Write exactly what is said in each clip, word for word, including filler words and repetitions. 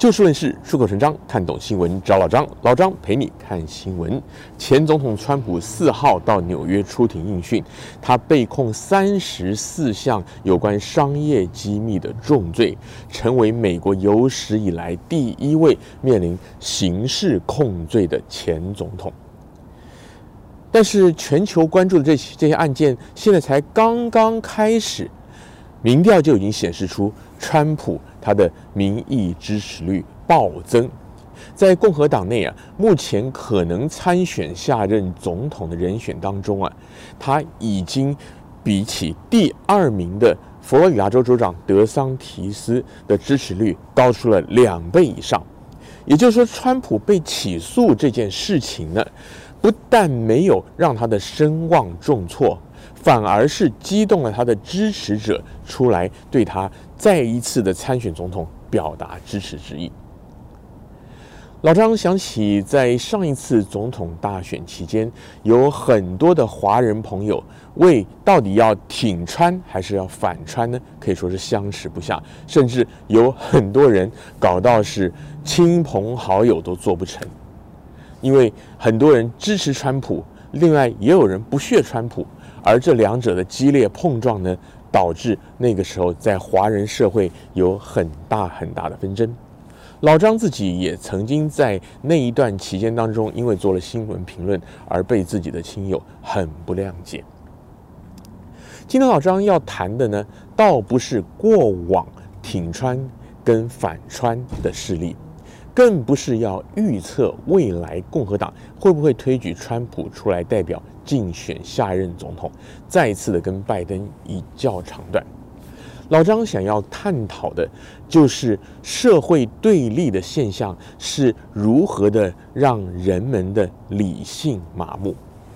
就事论事，出口成章，看懂新闻找老张，老张陪你看新闻。前总统川普四号到纽约出庭应讯，他被控三十四项有关商业机密的重罪，成为美国有史以来第一位面临刑事控罪的前总统。但是全球关注的这这些案件，现在才刚刚开始，民调就已经显示出川普他的民意支持率暴增。在共和党内啊，目前可能参选下任总统的人选当中啊，他已经比起第二名的佛罗里达州州长德桑提斯的支持率高出了两倍以上。也就是说，川普被起诉这件事情呢，不但没有让他的声望重挫，反而是激动了他的支持者出来对他再一次的参选总统表达支持之意。老张想起在上一次总统大选期间，有很多的华人朋友为到底要挺川还是要反川呢，可以说是相持不下，甚至有很多人搞到是亲朋好友都做不成。因为很多人支持川普，另外也有人不屑川普，而这两者的激烈碰撞呢，导致那个时候在华人社会有很大很大的纷争。老张自己也曾经在那一段期间当中，因为做了新闻评论而被自己的亲友很不谅解。今天老张要谈的呢，倒不是过往挺川跟反川的事例，更不是要预测未来共和党会不会推举川普出来代表竞选下一任总统，再一次的跟拜登一较长短。老张想要探讨的就是社会对立的现象是如何的让人们的理性麻木。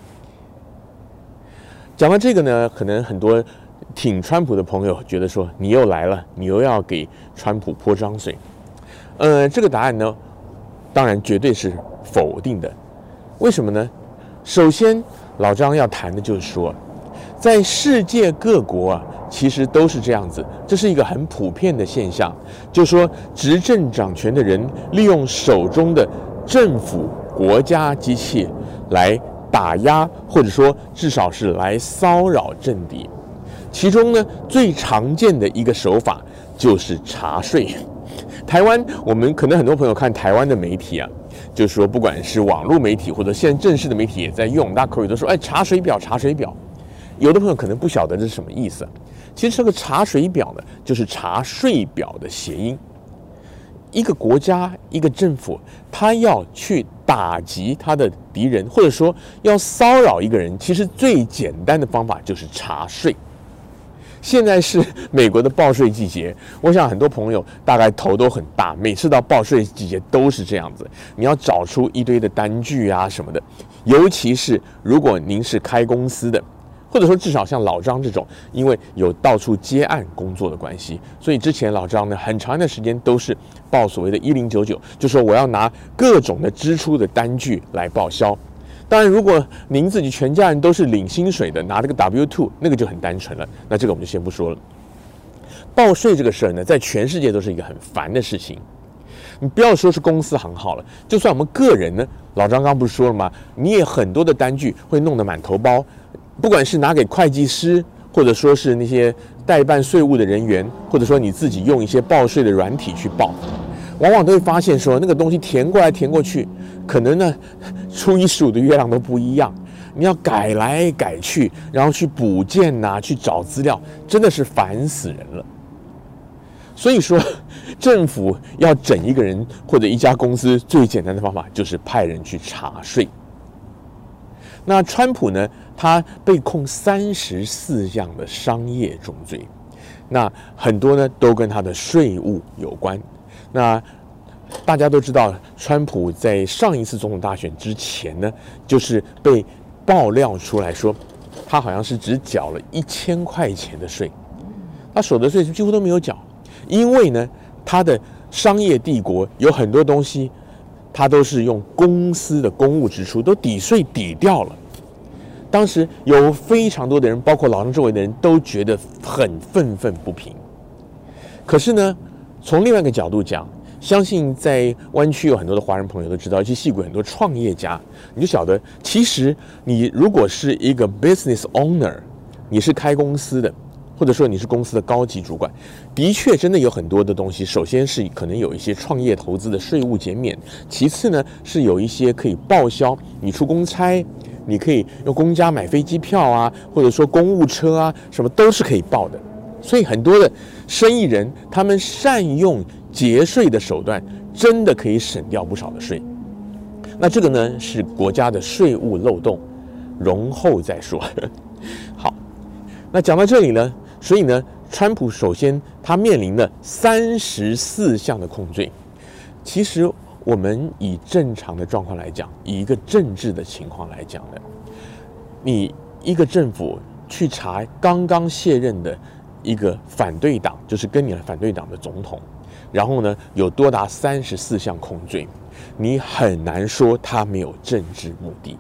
讲到这个呢，可能很多挺川普的朋友觉得说，你又来了，你又要给川普泼脏水。呃，这个答案呢，当然绝对是否定的。为什么呢？首先，老张要谈的就是说，在世界各国啊，其实都是这样子，这是一个很普遍的现象，就是说执政掌权的人利用手中的政府国家机器来打压，或者说至少是来骚扰政敌。其中呢，最常见的一个手法就是查税。台湾，我们可能很多朋友看台湾的媒体啊，就是说不管是网络媒体或者现在正式的媒体也在用，大家口语都说，哎，查水表，查水表。有的朋友可能不晓得这是什么意思。其实这个查水表呢，就是查税表的谐音。一个国家、一个政府，他要去打击他的敌人，或者说要骚扰一个人，其实最简单的方法就是查税。现在是美国的报税季节，我想很多朋友大概头都很大，每次到报税季节都是这样子，你要找出一堆的单据啊什么的，尤其是如果您是开公司的，或者说至少像老张这种，因为有到处接案工作的关系，所以之前老张呢很长一段时间都是报所谓的一零九九，就说我要拿各种的支出的单据来报销。当然，如果您自己全家人都是领薪水的，拿这个 W 二， 那个就很单纯了。那这个我们就先不说了。报税这个事儿呢，在全世界都是一个很烦的事情。你不要说是公司行号了，就算我们个人呢，老张刚不是说了吗？你也很多的单据会弄得满头包，不管是拿给会计师，或者说是那些代办税务的人员，或者说你自己用一些报税的软体去报。往往都会发现说，那个东西填过来填过去，可能呢初一十五的月亮都不一样，你要改来改去，然后去补件呐、啊，去找资料，真的是烦死人了。所以说，政府要整一个人或者一家公司，最简单的方法就是派人去查税。那川普呢，他被控三十四项的商业重罪，那很多呢都跟他的税务有关。那大家都知道，川普在上一次总统大选之前呢，就是被爆料出来说，他好像是只缴了一千块钱的税，他所得税几乎都没有缴，因为呢，他的商业帝国有很多东西，他都是用公司的公务支出都抵税抵掉了。当时有非常多的人，包括老张周围的人都觉得很愤愤不平。可是呢，从另外一个角度讲， 相信在湾区有很多的华人朋友都知道，尤其矽谷很多创业家，你就晓得，其实你如果是一个 business owner， 你是开公司的，或者说你是公司的高级主管，的确真的有很多的东西。首先是可能有一些创业投资的税务减免，其次呢是有一些可以报销，你出公差，你可以用公家买飞机票啊，或者说公务车啊，什么都是可以报的。所以很多的生意人，他们善用节税的手段，真的可以省掉不少的税。那这个呢是国家的税务漏洞，容后再说。好，那讲到这里呢，所以呢，川普首先他面临了三十四项的控罪。其实我们以正常的状况来讲，以一个政治的情况来讲呢，你一个政府去查刚刚卸任的一个反对党，就是跟你的反对党的总统，然后呢有多达三十四项控罪，你很难说他没有政治目的。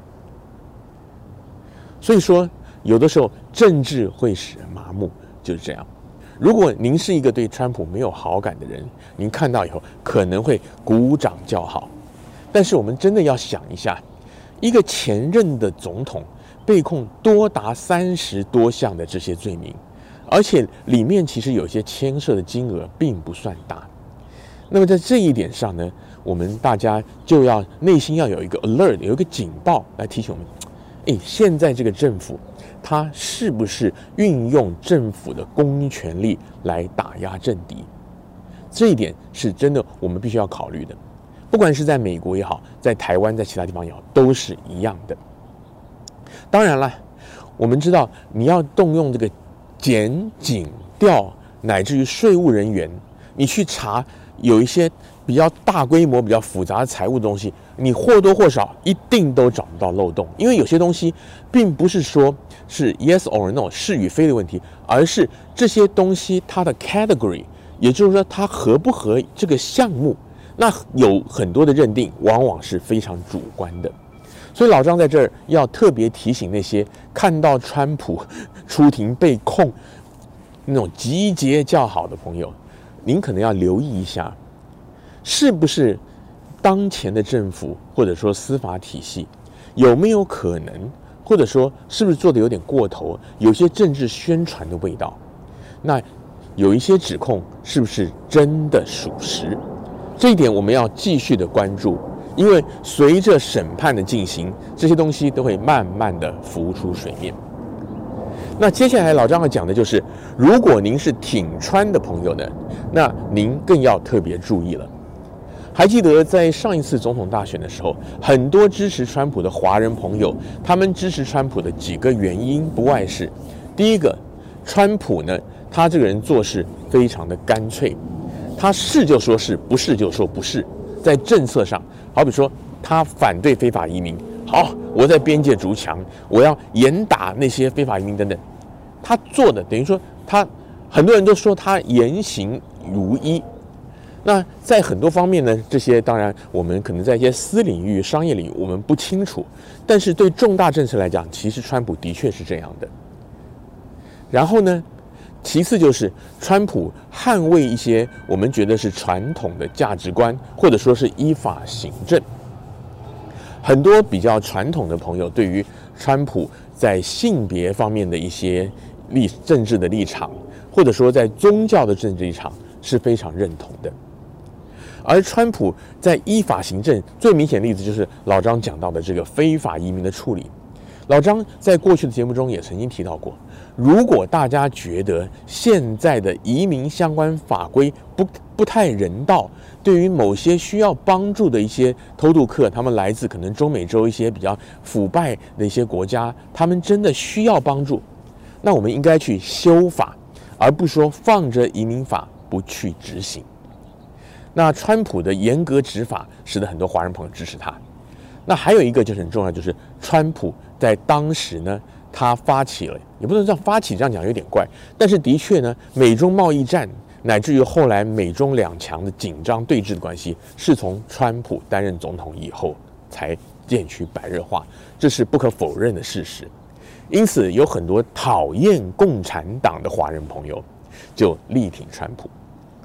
所以说，有的时候政治会使人麻木，就是这样。如果您是一个对川普没有好感的人，您看到以后可能会鼓掌叫好。但是我们真的要想一下，一个前任的总统被控多达三十多项的这些罪名，而且里面其实有些牵涉的金额并不算大。那么在这一点上呢，我们大家就要内心要有一个 alert， 有一个警报来提醒我们：哎，现在这个政府，它是不是运用政府的公权力来打压政敌？这一点是真的，我们必须要考虑的。不管是在美国也好，在台湾，在其他地方也好，都是一样的。当然了，我们知道你要动用这个检警调乃至于税务人员，你去查有一些比较大规模、比较复杂的财务的东西，你或多或少一定都找不到漏洞，因为有些东西并不是说是 yes or no 是与非的问题，而是这些东西它的 category， 也就是说它合不合这个项目，那有很多的认定往往是非常主观的。所以老张在这儿要特别提醒那些看到川普出庭被控那种集结叫好的朋友，您可能要留意一下，是不是当前的政府或者说司法体系有没有可能，或者说是不是做得有点过头，有些政治宣传的味道？那有一些指控是不是真的属实？这一点我们要继续的关注，因为随着审判的进行，这些东西都会慢慢的浮出水面。那接下来老张要讲的就是，如果您是挺川的朋友呢，那您更要特别注意了。还记得在上一次总统大选的时候，很多支持川普的华人朋友，他们支持川普的几个原因不外是：第一个，川普呢，他这个人做事非常的干脆，他是就说是，不是就说不是。在政策上，好比说他反对非法移民，好，我在边界筑墙，我要严打那些非法移民等等，他做的等于说他很多人都说他言行如一。那在很多方面呢，这些当然我们可能在一些私领域、商业领域我们不清楚，但是对重大政策来讲，其实川普的确是这样的。然后呢，其次就是川普捍卫一些我们觉得是传统的价值观，或者说是依法行政。很多比较传统的朋友对于川普在性别方面的一些立政治的立场，或者说在宗教的政治立场是非常认同的。而川普在依法行政最明显的例子就是老张讲到的这个非法移民的处理。老张在过去的节目中也曾经提到过，如果大家觉得现在的移民相关法规不不太人道，对于某些需要帮助的一些偷渡客，他们来自可能中美洲一些比较腐败的一些国家，他们真的需要帮助，那我们应该去修法，而不说放着移民法不去执行。那川普的严格执法使得很多华人朋友支持他。那还有一个就是很重要，就是川普在当时呢，他发起了，也不能这样发起，这样讲有点怪，但是的确呢，美中贸易战乃至于后来美中两强的紧张对峙的关系，是从川普担任总统以后才渐趋白热化，这是不可否认的事实。因此，有很多讨厌共产党的华人朋友就力挺川普。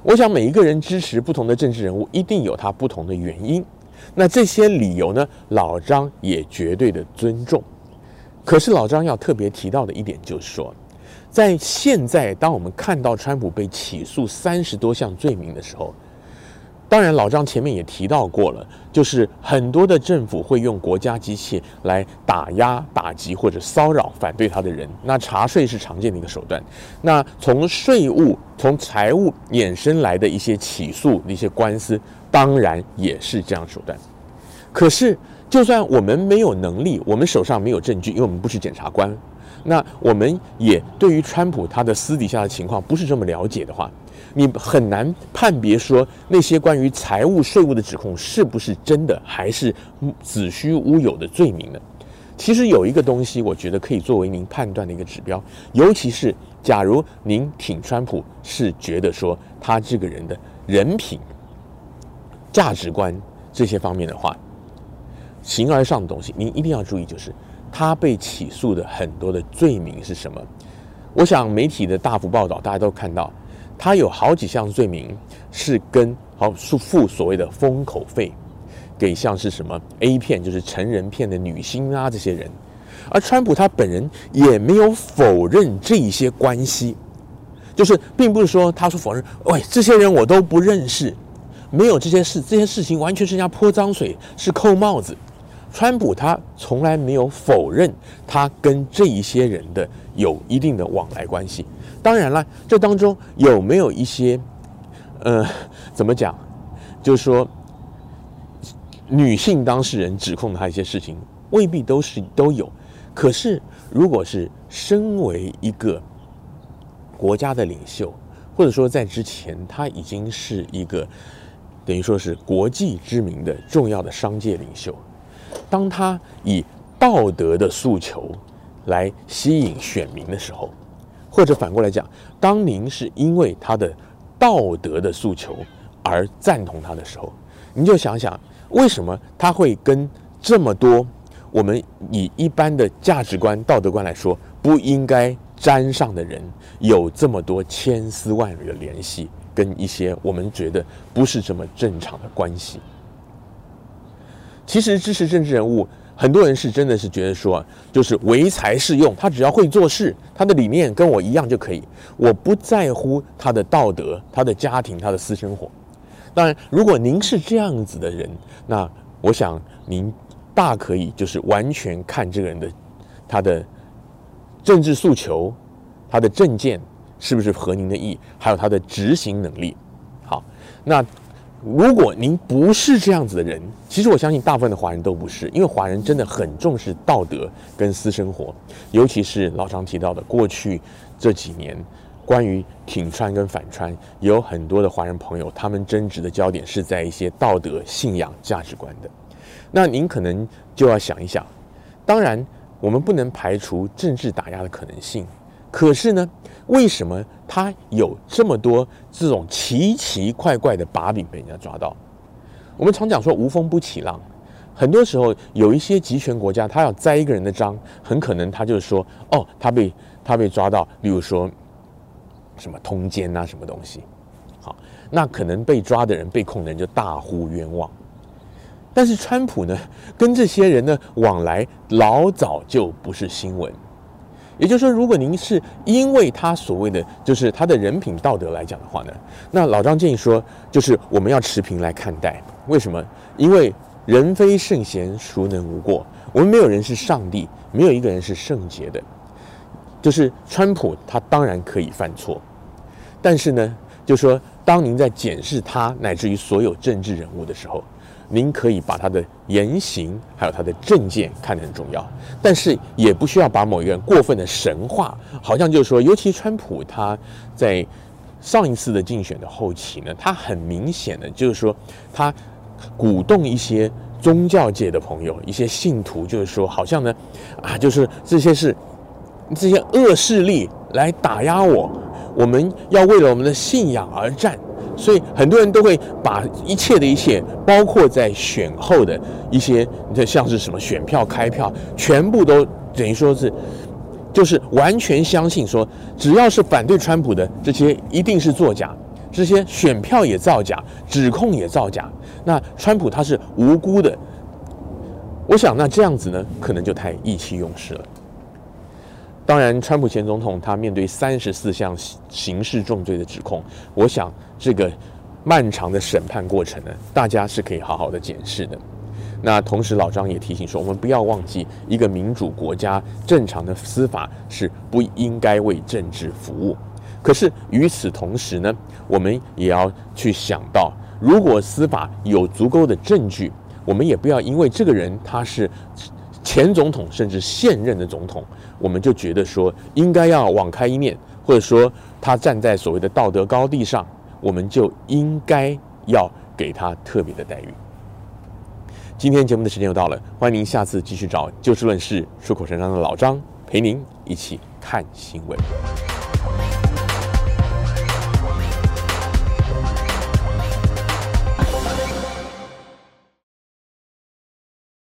我想每一个人支持不同的政治人物，一定有他不同的原因。那这些理由呢，老张也绝对的尊重。可是老张要特别提到的一点就是说，在现在当我们看到川普被起诉三十多项罪名的时候，当然老张前面也提到过了，就是很多的政府会用国家机器来打压、打击或者骚扰反对他的人。那查税是常见的一个手段。那从税务、从财务衍生来的一些起诉、一些官司，当然也是这样手段。可是，就算我们没有能力，我们手上没有证据，因为我们不是检察官，那我们也对于川普他的私底下的情况不是这么了解的话，你很难判别说那些关于财务税务的指控是不是真的，还是子虚乌有的罪名呢？其实有一个东西，我觉得可以作为您判断的一个指标，尤其是假如您挺川普，是觉得说他这个人的人品、价值观这些方面的话，形而上的东西，您一定要注意，就是他被起诉的很多的罪名是什么。我想媒体的大幅报道，大家都看到，他有好几项罪名是跟好付所谓的封口费给像是什么 A 片，就是成人片的女星啊这些人，而川普他本人也没有否认这一些关系，就是并不是说他说否认，喂，这些人我都不认识，没有这些事，这些事情完全是人家泼脏水，是扣帽子。川普他从来没有否认他跟这一些人的有一定的往来关系。当然了，这当中有没有一些，呃，怎么讲，就是说女性当事人指控他一些事情，未必都是都有。可是，如果是身为一个国家的领袖，或者说在之前他已经是一个等于说是国际知名的重要的商界领袖，当他以道德的诉求来吸引选民的时候，或者反过来讲，当您是因为他的道德的诉求而赞同他的时候，您就想想为什么他会跟这么多我们以一般的价值观、道德观来说不应该沾上的人有这么多千丝万缕的联系，跟一些我们觉得不是这么正常的关系。其实支持政治人物，很多人是真的是觉得说，就是唯才是用，他只要会做事，他的理念跟我一样就可以，我不在乎他的道德、他的家庭、他的私生活。当然，如果您是这样子的人，那我想您大可以就是完全看这个人的他的政治诉求、他的政见是不是合您的意，还有他的执行能力。好，那如果您不是这样子的人，其实我相信大部分的华人都不是，因为华人真的很重视道德跟私生活，尤其是老常提到的过去这几年关于挺川跟反川，有很多的华人朋友他们争执的焦点是在一些道德、信仰、价值观的。那您可能就要想一想，当然我们不能排除政治打压的可能性，可是呢，为什么他有这么多这种奇奇怪怪的把柄被人家抓到？我们常讲说无风不起浪，很多时候有一些集权国家，他要栽一个人的赃，很可能他就是说，哦，他被他被抓到，例如说什么通奸啊，什么东西，好，那可能被抓的人、被控的人就大呼冤枉。但是川普呢，跟这些人的往来老早就不是新闻。也就是说，如果您是因为他所谓的就是他的人品道德来讲的话呢，那老张建议说，就是我们要持平来看待。为什么？因为人非圣贤，孰能无过？我们没有人是上帝，没有一个人是圣洁的。就是川普他当然可以犯错，但是呢，就说当您在检视他乃至于所有政治人物的时候，您可以把他的言行还有他的政见看得很重要，但是也不需要把某一个人过分的神化，好像就是说，尤其川普他在上一次的竞选的后期呢，他很明显的就是说，他鼓动一些宗教界的朋友、一些信徒，就是说，好像呢，啊，就是这些是这些恶势力来打压我，我们要为了我们的信仰而战。所以很多人都会把一切的一切，包括在选后的一些，像是什么选票开票，全部都等于说是，就是完全相信说，只要是反对川普的这些一定是作假。 这些选票也造假，指控也造假，那川普他是无辜的。我想，那这样子呢，可能就太意气用事了。当然，川普前总统他面对三十四项刑事重罪的指控，我想这个漫长的审判过程呢，大家是可以好好的检视的。那同时，老张也提醒说，我们不要忘记，一个民主国家正常的司法是不应该为政治服务。可是与此同时呢，我们也要去想到，如果司法有足够的证据，我们也不要因为这个人他是前总统甚至现任的总统，我们就觉得说应该要网开一面，或者说他站在所谓的道德高地上，我们就应该要给他特别的待遇。今天节目的时间又到了，欢迎您下次继续找就事论事、出口成章的老张陪您一起看新闻。